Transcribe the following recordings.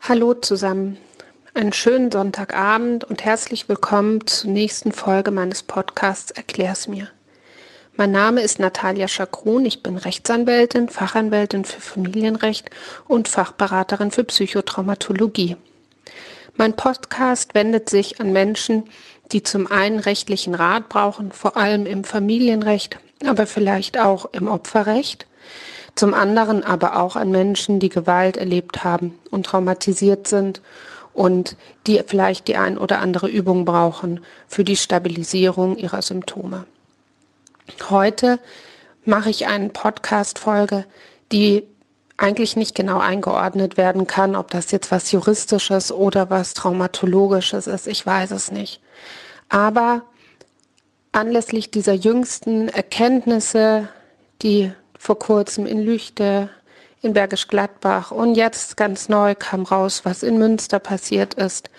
Hallo zusammen, einen schönen Sonntagabend und herzlich willkommen zur nächsten Folge meines Podcasts Erklär's mir. Mein Name ist Natalia Schakrun, ich bin Rechtsanwältin, Fachanwältin für Familienrecht und Fachberaterin für Psychotraumatologie. Mein Podcast wendet sich an Menschen, die zum einen rechtlichen Rat brauchen, vor allem im Familienrecht, aber vielleicht auch im Opferrecht. Zum anderen aber auch an Menschen, die Gewalt erlebt haben und traumatisiert sind und die vielleicht die ein oder andere Übung brauchen für die Stabilisierung ihrer Symptome. Heute mache ich eine Podcast-Folge, die eigentlich nicht genau eingeordnet werden kann, ob das jetzt was Juristisches oder was Traumatologisches ist, ich weiß es nicht. Aber anlässlich dieser jüngsten Erkenntnisse, die vor kurzem in Lüchte, in Bergisch Gladbach und jetzt ganz neu kam raus, was in Münster passiert ist.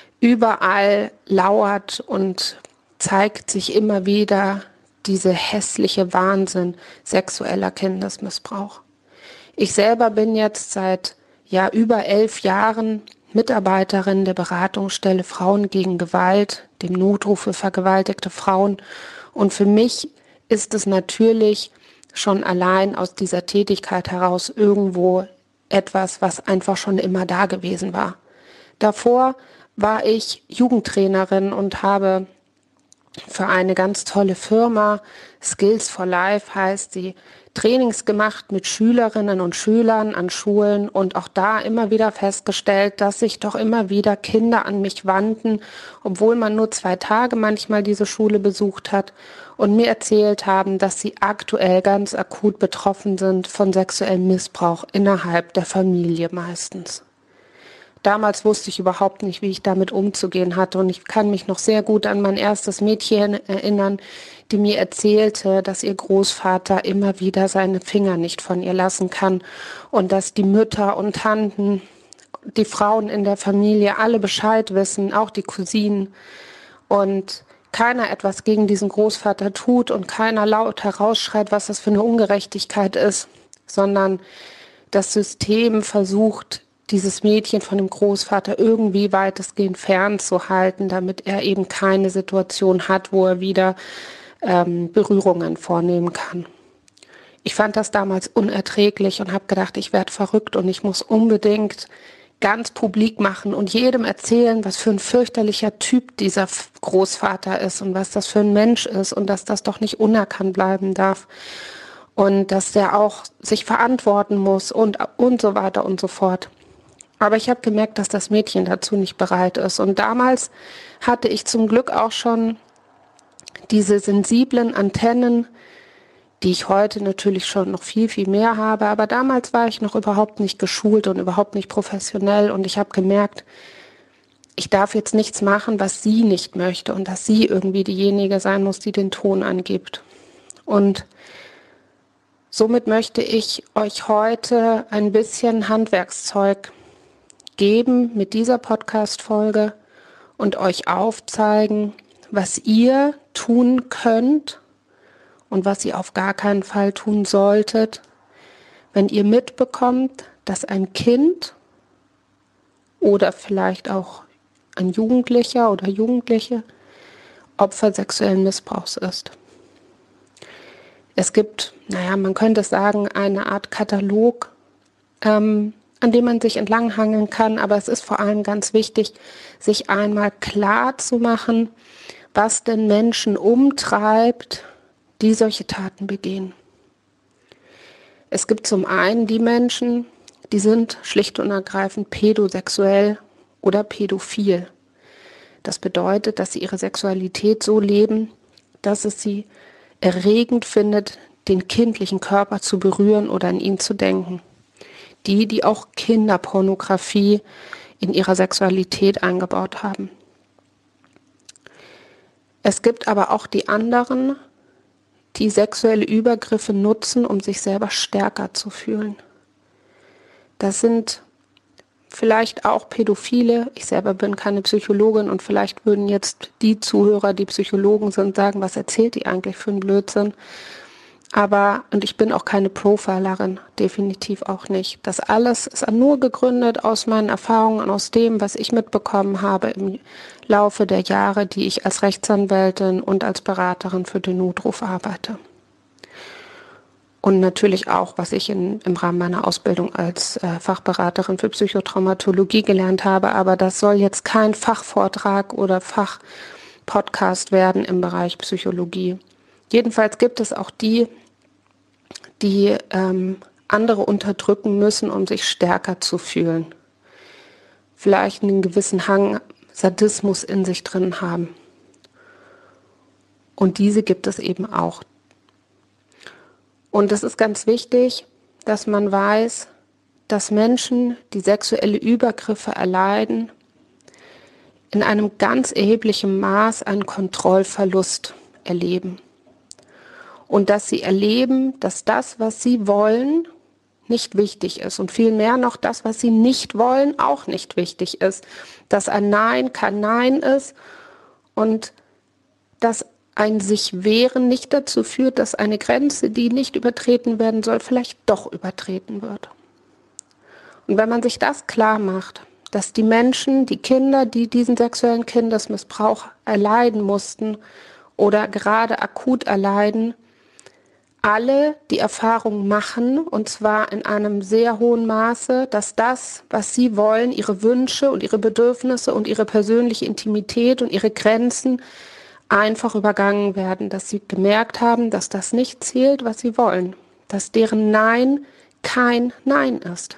Überall lauert und zeigt sich immer wieder diese hässliche Wahnsinn sexueller Kindesmissbrauch. Ich selber bin jetzt seit über 11 Jahren Mitarbeiterin der Beratungsstelle Frauen gegen Gewalt, dem Notruf für vergewaltigte Frauen. Und für mich ist es natürlich schon allein aus dieser Tätigkeit heraus irgendwo etwas, was einfach schon immer da gewesen war. Davor war ich Jugendtrainerin und habe für eine ganz tolle Firma, Skills for Life heißt sie, Trainings gemacht mit Schülerinnen und Schülern an Schulen und auch da immer wieder festgestellt, dass sich doch immer wieder Kinder an mich wandten, obwohl man nur 2 Tage manchmal diese Schule besucht hat und mir erzählt haben, dass sie aktuell ganz akut betroffen sind von sexuellem Missbrauch innerhalb der Familie meistens. Damals wusste ich überhaupt nicht, wie ich damit umzugehen hatte. Und ich kann mich noch sehr gut an mein erstes Mädchen erinnern, die mir erzählte, dass ihr Großvater immer wieder seine Finger nicht von ihr lassen kann und dass die Mütter und Tanten, die Frauen in der Familie alle Bescheid wissen, auch die Cousinen. Und keiner etwas gegen diesen Großvater tut und keiner laut herausschreit, was das für eine Ungerechtigkeit ist, sondern das System versucht, dieses Mädchen von dem Großvater irgendwie weitestgehend fernzuhalten, damit er eben keine Situation hat, wo er wieder Berührungen vornehmen kann. Ich fand das damals unerträglich und habe gedacht, ich werde verrückt und ich muss unbedingt ganz publik machen und jedem erzählen, was für ein fürchterlicher Typ dieser Großvater ist und was das für ein Mensch ist und dass das doch nicht unerkannt bleiben darf und dass der auch sich verantworten muss und so weiter und so fort. Aber ich habe gemerkt, dass das Mädchen dazu nicht bereit ist. Und damals hatte ich zum Glück auch schon diese sensiblen Antennen, die ich heute natürlich schon noch viel, viel mehr habe. Aber damals war ich noch überhaupt nicht geschult und überhaupt nicht professionell. Und ich habe gemerkt, ich darf jetzt nichts machen, was sie nicht möchte und dass sie irgendwie diejenige sein muss, die den Ton angibt. Und somit möchte ich euch heute ein bisschen Handwerkszeug geben mit dieser Podcast-Folge und euch aufzeigen, was ihr tun könnt und was ihr auf gar keinen Fall tun solltet, wenn ihr mitbekommt, dass ein Kind oder vielleicht auch ein Jugendlicher oder Jugendliche Opfer sexuellen Missbrauchs ist. Es gibt, man könnte sagen, eine Art Katalog, an dem man sich entlanghangeln kann, aber es ist vor allem ganz wichtig, sich einmal klar zu machen, was denn Menschen umtreibt, die solche Taten begehen. Es gibt zum einen die Menschen, die sind schlicht und ergreifend pädosexuell oder pädophil. Das bedeutet, dass sie ihre Sexualität so leben, dass es sie erregend findet, den kindlichen Körper zu berühren oder an ihn zu denken. Die auch Kinderpornografie in ihrer Sexualität eingebaut haben. Es gibt aber auch die anderen, die sexuelle Übergriffe nutzen, um sich selber stärker zu fühlen. Das sind vielleicht auch Pädophile. Ich selber bin keine Psychologin und vielleicht würden jetzt die Zuhörer, die Psychologen sind, sagen, was erzählt die eigentlich für einen Blödsinn? Und ich bin auch keine Profilerin, definitiv auch nicht. Das alles ist nur gegründet aus meinen Erfahrungen und aus dem, was ich mitbekommen habe im Laufe der Jahre, die ich als Rechtsanwältin und als Beraterin für den Notruf arbeite. Und natürlich auch, was ich im Rahmen meiner Ausbildung als Fachberaterin für Psychotraumatologie gelernt habe. Aber das soll jetzt kein Fachvortrag oder Fachpodcast werden im Bereich Psychologie. Jedenfalls gibt es auch die andere unterdrücken müssen, um sich stärker zu fühlen. Vielleicht einen gewissen Hang Sadismus in sich drin haben. Und diese gibt es eben auch. Und es ist ganz wichtig, dass man weiß, dass Menschen, die sexuelle Übergriffe erleiden, in einem ganz erheblichen Maß einen Kontrollverlust erleben. Und dass sie erleben, dass das, was sie wollen, nicht wichtig ist. Und vielmehr noch das, was sie nicht wollen, auch nicht wichtig ist. Dass ein Nein kein Nein ist und dass ein sich wehren nicht dazu führt, dass eine Grenze, die nicht übertreten werden soll, vielleicht doch übertreten wird. Und wenn man sich das klar macht, dass die Menschen, die Kinder, die diesen sexuellen Kindesmissbrauch erleiden mussten oder gerade akut erleiden, alle die Erfahrung machen, und zwar in einem sehr hohen Maße, dass das, was sie wollen, ihre Wünsche und ihre Bedürfnisse und ihre persönliche Intimität und ihre Grenzen einfach übergangen werden, dass sie gemerkt haben, dass das nicht zählt, was sie wollen, dass deren Nein kein Nein ist.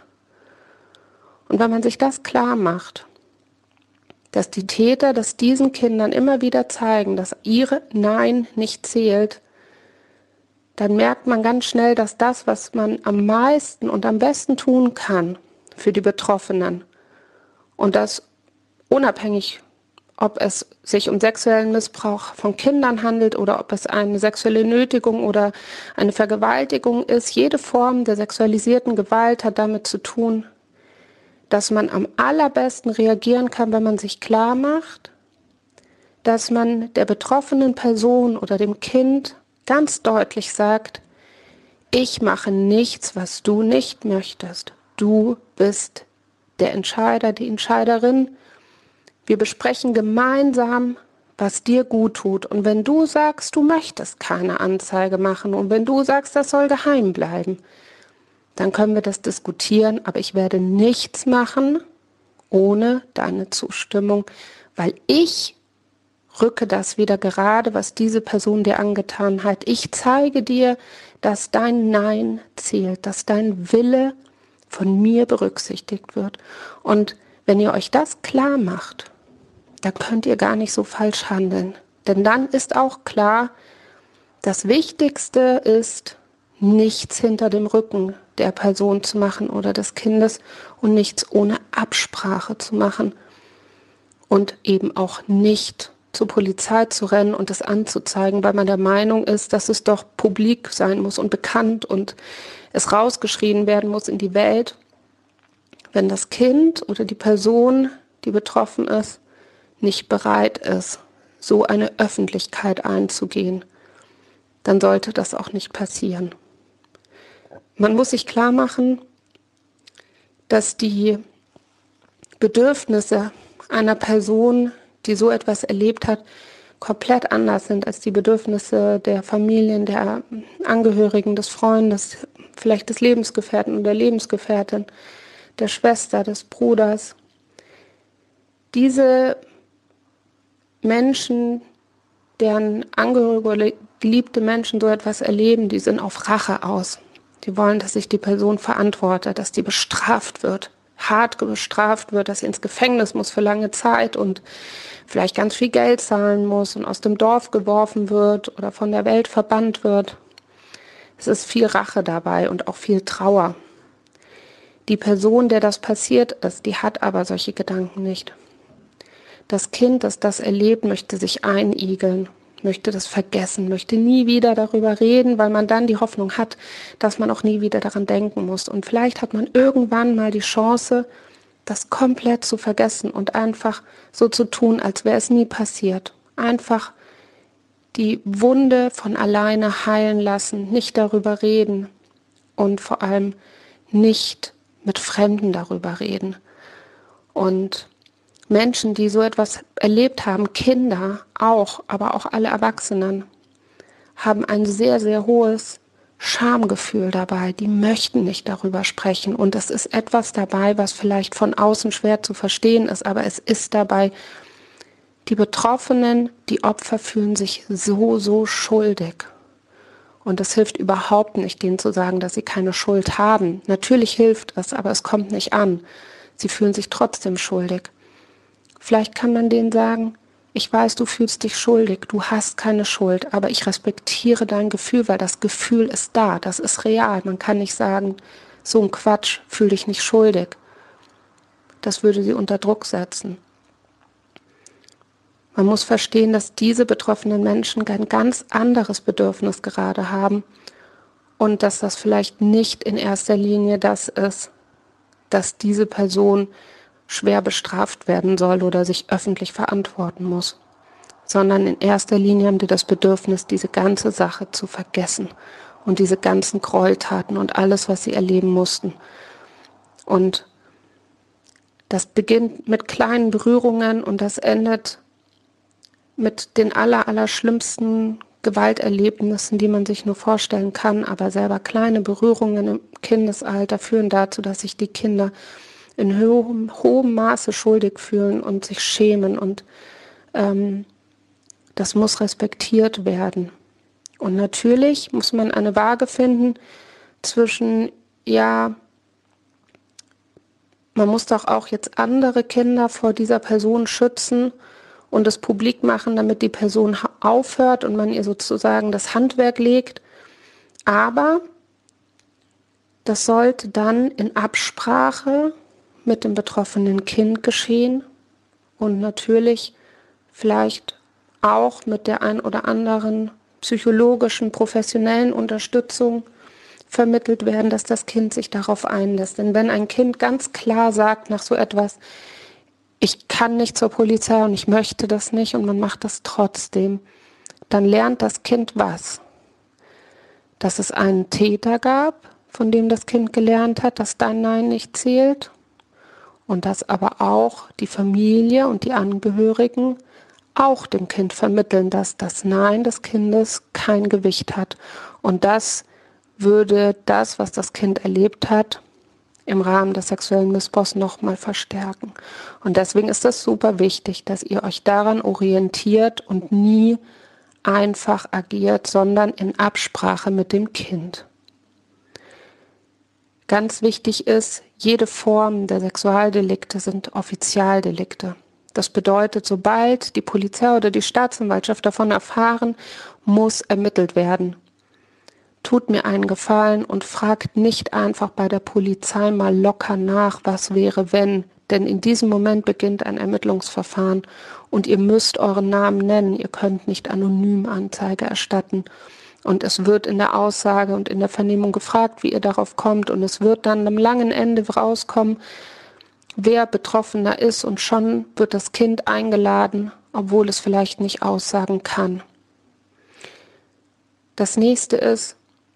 Und wenn man sich das klar macht, dass die Täter das diesen Kindern immer wieder zeigen, dass ihre Nein nicht zählt, dann merkt man ganz schnell, dass das, was man am meisten und am besten tun kann für die Betroffenen, und das unabhängig, ob es sich um sexuellen Missbrauch von Kindern handelt oder ob es eine sexuelle Nötigung oder eine Vergewaltigung ist, jede Form der sexualisierten Gewalt hat damit zu tun, dass man am allerbesten reagieren kann, wenn man sich klar macht, dass man der betroffenen Person oder dem Kind ganz deutlich sagt, ich mache nichts, was du nicht möchtest. Du bist der Entscheider, die Entscheiderin. Wir besprechen gemeinsam, was dir gut tut. Und wenn du sagst, du möchtest keine Anzeige machen und wenn du sagst, das soll geheim bleiben, dann können wir das diskutieren, aber ich werde nichts machen ohne deine Zustimmung, weil ich rücke das wieder gerade, was diese Person dir angetan hat. Ich zeige dir, dass dein Nein zählt, dass dein Wille von mir berücksichtigt wird. Und wenn ihr euch das klar macht, dann könnt ihr gar nicht so falsch handeln. Denn dann ist auch klar, das Wichtigste ist, nichts hinter dem Rücken der Person zu machen oder des Kindes und nichts ohne Absprache zu machen und eben auch nicht zur Polizei zu rennen und es anzuzeigen, weil man der Meinung ist, dass es doch publik sein muss und bekannt und es rausgeschrien werden muss in die Welt. Wenn das Kind oder die Person, die betroffen ist, nicht bereit ist, so eine Öffentlichkeit einzugehen, dann sollte das auch nicht passieren. Man muss sich klar machen, dass die Bedürfnisse einer Person, die so etwas erlebt hat, komplett anders sind als die Bedürfnisse der Familien, der Angehörigen, des Freundes, vielleicht des Lebensgefährten oder der Lebensgefährtin, der Schwester, des Bruders. Diese Menschen, deren Angehörige oder geliebte Menschen so etwas erleben, die sind auf Rache aus. Die wollen, dass sich die Person verantwortet, dass die bestraft wird, hart bestraft wird, dass sie ins Gefängnis muss für lange Zeit und vielleicht ganz viel Geld zahlen muss und aus dem Dorf geworfen wird oder von der Welt verbannt wird. Es ist viel Rache dabei und auch viel Trauer. Die Person, der das passiert ist, die hat aber solche Gedanken nicht. Das Kind, das das erlebt, möchte sich einigeln, möchte das vergessen, möchte nie wieder darüber reden, weil man dann die Hoffnung hat, dass man auch nie wieder daran denken muss. Und vielleicht hat man irgendwann mal die Chance, das komplett zu vergessen und einfach so zu tun, als wäre es nie passiert. Einfach die Wunde von alleine heilen lassen, nicht darüber reden und vor allem nicht mit Fremden darüber reden. Und Menschen, die so etwas erlebt haben, Kinder auch, aber auch alle Erwachsenen, haben ein sehr, sehr hohes Schamgefühl dabei. Die möchten nicht darüber sprechen. Und es ist etwas dabei, was vielleicht von außen schwer zu verstehen ist, aber es ist dabei, die Betroffenen, die Opfer fühlen sich so, so schuldig. Und es hilft überhaupt nicht, denen zu sagen, dass sie keine Schuld haben. Natürlich hilft es, aber es kommt nicht an. Sie fühlen sich trotzdem schuldig. Vielleicht kann man denen sagen, ich weiß, du fühlst dich schuldig, du hast keine Schuld, aber ich respektiere dein Gefühl, weil das Gefühl ist da, das ist real. Man kann nicht sagen, so ein Quatsch, fühl dich nicht schuldig. Das würde sie unter Druck setzen. Man muss verstehen, dass diese betroffenen Menschen ein ganz anderes Bedürfnis gerade haben und dass das vielleicht nicht in erster Linie das ist, dass diese Person schwer bestraft werden soll oder sich öffentlich verantworten muss, sondern in erster Linie haben die das Bedürfnis, diese ganze Sache zu vergessen und diese ganzen Gräueltaten und alles, was sie erleben mussten. Und das beginnt mit kleinen Berührungen und das endet mit den allerschlimmsten Gewalterlebnissen, die man sich nur vorstellen kann, aber selber kleine Berührungen im Kindesalter führen dazu, dass sich die Kinder in hohem Maße schuldig fühlen und sich schämen und das muss respektiert werden. Und natürlich muss man eine Waage finden zwischen, ja, man muss doch auch jetzt andere Kinder vor dieser Person schützen und es publik machen, damit die Person aufhört und man ihr sozusagen das Handwerk legt. Aber das sollte dann in Absprache mit dem betroffenen Kind geschehen und natürlich vielleicht auch mit der ein oder anderen psychologischen, professionellen Unterstützung vermittelt werden, dass das Kind sich darauf einlässt. Denn wenn ein Kind ganz klar sagt nach so etwas, ich kann nicht zur Polizei und ich möchte das nicht und man macht das trotzdem, dann lernt das Kind was? Dass es einen Täter gab, von dem das Kind gelernt hat, dass dein Nein nicht zählt und dass aber auch die Familie und die Angehörigen auch dem Kind vermitteln, dass das Nein des Kindes kein Gewicht hat. Und das würde das, was das Kind erlebt hat, im Rahmen des sexuellen Missbrauchs nochmal verstärken. Und deswegen ist es super wichtig, dass ihr euch daran orientiert und nie einfach agiert, sondern in Absprache mit dem Kind. Ganz wichtig ist, jede Form der Sexualdelikte sind Offizialdelikte. Das bedeutet, sobald die Polizei oder die Staatsanwaltschaft davon erfahren, muss ermittelt werden. Tut mir einen Gefallen und fragt nicht einfach bei der Polizei mal locker nach, was wäre, wenn. Denn in diesem Moment beginnt ein Ermittlungsverfahren und ihr müsst euren Namen nennen. Ihr könnt nicht anonym Anzeige erstatten. Und es wird in der Aussage und in der Vernehmung gefragt, wie ihr darauf kommt. Und es wird dann am langen Ende rauskommen, wer Betroffener ist. Und schon wird das Kind eingeladen, obwohl es vielleicht nicht aussagen kann. Das nächste ist,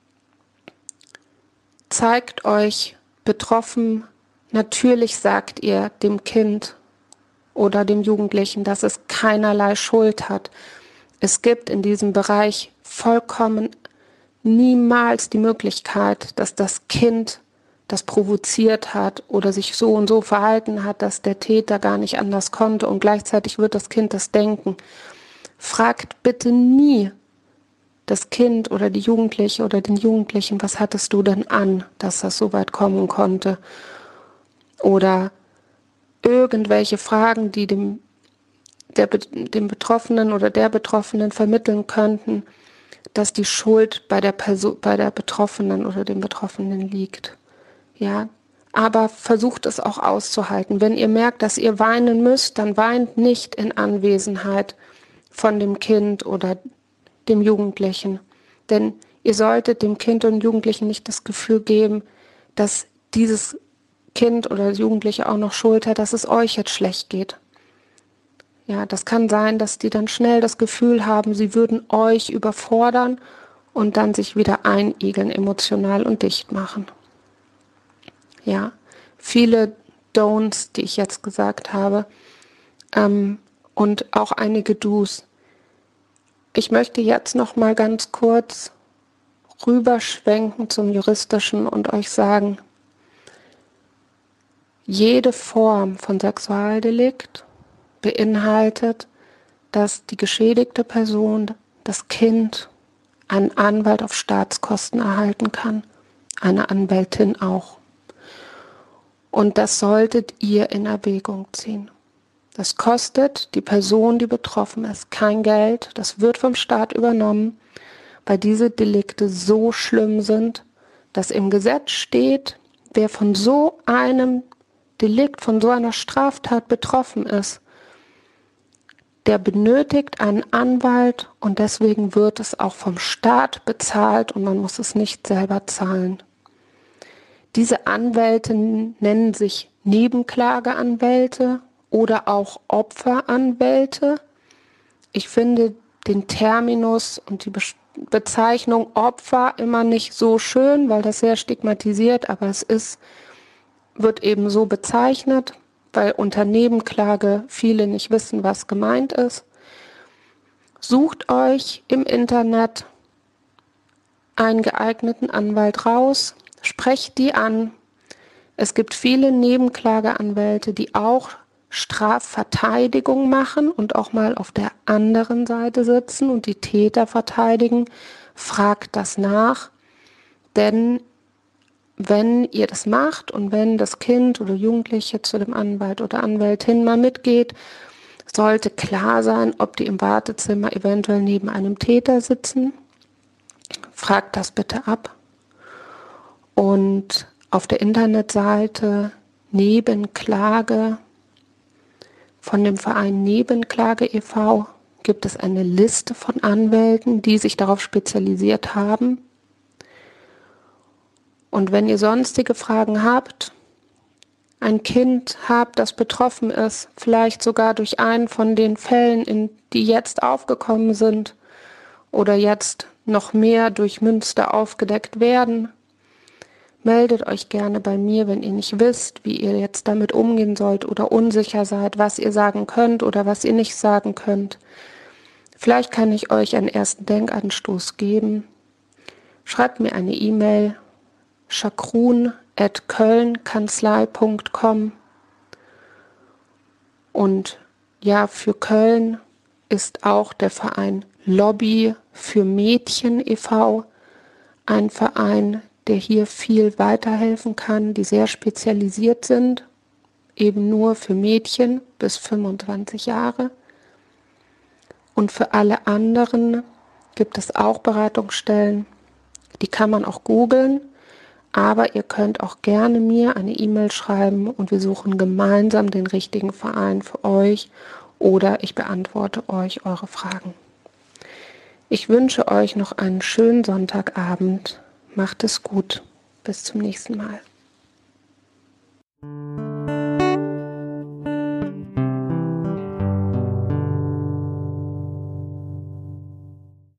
zeigt euch betroffen. Natürlich sagt ihr dem Kind oder dem Jugendlichen, dass es keinerlei Schuld hat. Es gibt in diesem Bereich vollkommen niemals die Möglichkeit, dass das Kind das provoziert hat oder sich so und so verhalten hat, dass der Täter gar nicht anders konnte und gleichzeitig wird das Kind das denken. Fragt bitte nie das Kind oder die Jugendliche oder den Jugendlichen, was hattest du denn an, dass das so weit kommen konnte? Oder irgendwelche Fragen, die dem Betroffenen oder der Betroffenen vermitteln könnten, dass die Schuld bei der Betroffenen oder dem Betroffenen liegt. Ja, aber versucht es auch auszuhalten. Wenn ihr merkt, dass ihr weinen müsst, dann weint nicht in Anwesenheit von dem Kind oder dem Jugendlichen. Denn ihr solltet dem Kind und Jugendlichen nicht das Gefühl geben, dass dieses Kind oder Jugendliche auch noch Schuld hat, dass es euch jetzt schlecht geht. Ja, das kann sein, dass die dann schnell das Gefühl haben, sie würden euch überfordern und dann sich wieder einigeln emotional und dicht machen. Ja, viele Don'ts, die ich jetzt gesagt habe, und auch einige Do's. Ich möchte jetzt noch mal ganz kurz rüberschwenken zum Juristischen und euch sagen, jede Form von Sexualdelikt beinhaltet, dass die geschädigte Person, das Kind, einen Anwalt auf Staatskosten erhalten kann, eine Anwältin auch. Und das solltet ihr in Erwägung ziehen. Das kostet die Person, die betroffen ist, kein Geld. Das wird vom Staat übernommen, weil diese Delikte so schlimm sind, dass im Gesetz steht, wer von so einem Delikt, von so einer Straftat betroffen ist, der benötigt einen Anwalt und deswegen wird es auch vom Staat bezahlt und man muss es nicht selber zahlen. Diese Anwälte nennen sich Nebenklageanwälte oder auch Opferanwälte. Ich finde den Terminus und die Bezeichnung Opfer immer nicht so schön, weil das sehr stigmatisiert, aber wird eben so bezeichnet, weil unter Nebenklage viele nicht wissen, was gemeint ist. Sucht euch im Internet einen geeigneten Anwalt raus, sprecht die an. Es gibt viele Nebenklageanwälte, die auch Strafverteidigung machen und auch mal auf der anderen Seite sitzen und die Täter verteidigen. Fragt das nach, denn wenn ihr das macht und wenn das Kind oder Jugendliche zu dem Anwalt oder Anwältin mal mitgeht, sollte klar sein, ob die im Wartezimmer eventuell neben einem Täter sitzen. Fragt das bitte ab. Und auf der Internetseite Nebenklage von dem Verein Nebenklage e.V. gibt es eine Liste von Anwälten, die sich darauf spezialisiert haben. Und wenn ihr sonstige Fragen habt, ein Kind habt, das betroffen ist, vielleicht sogar durch einen von den Fällen, die jetzt aufgekommen sind oder jetzt noch mehr durch Münster aufgedeckt werden, meldet euch gerne bei mir, wenn ihr nicht wisst, wie ihr jetzt damit umgehen sollt oder unsicher seid, was ihr sagen könnt oder was ihr nicht sagen könnt. Vielleicht kann ich euch einen ersten Denkanstoß geben. Schreibt mir eine E-Mail, schakrun@kölnkanzlei.com. Und ja, für Köln ist auch der Verein Lobby für Mädchen e.V. ein Verein, der hier viel weiterhelfen kann, die sehr spezialisiert sind, eben nur für Mädchen bis 25 Jahre. Und für alle anderen gibt es auch Beratungsstellen, die kann man auch googeln, aber ihr könnt auch gerne mir eine E-Mail schreiben und wir suchen gemeinsam den richtigen Verein für euch oder ich beantworte euch eure Fragen. Ich wünsche euch noch einen schönen Sonntagabend. Macht es gut. Bis zum nächsten Mal.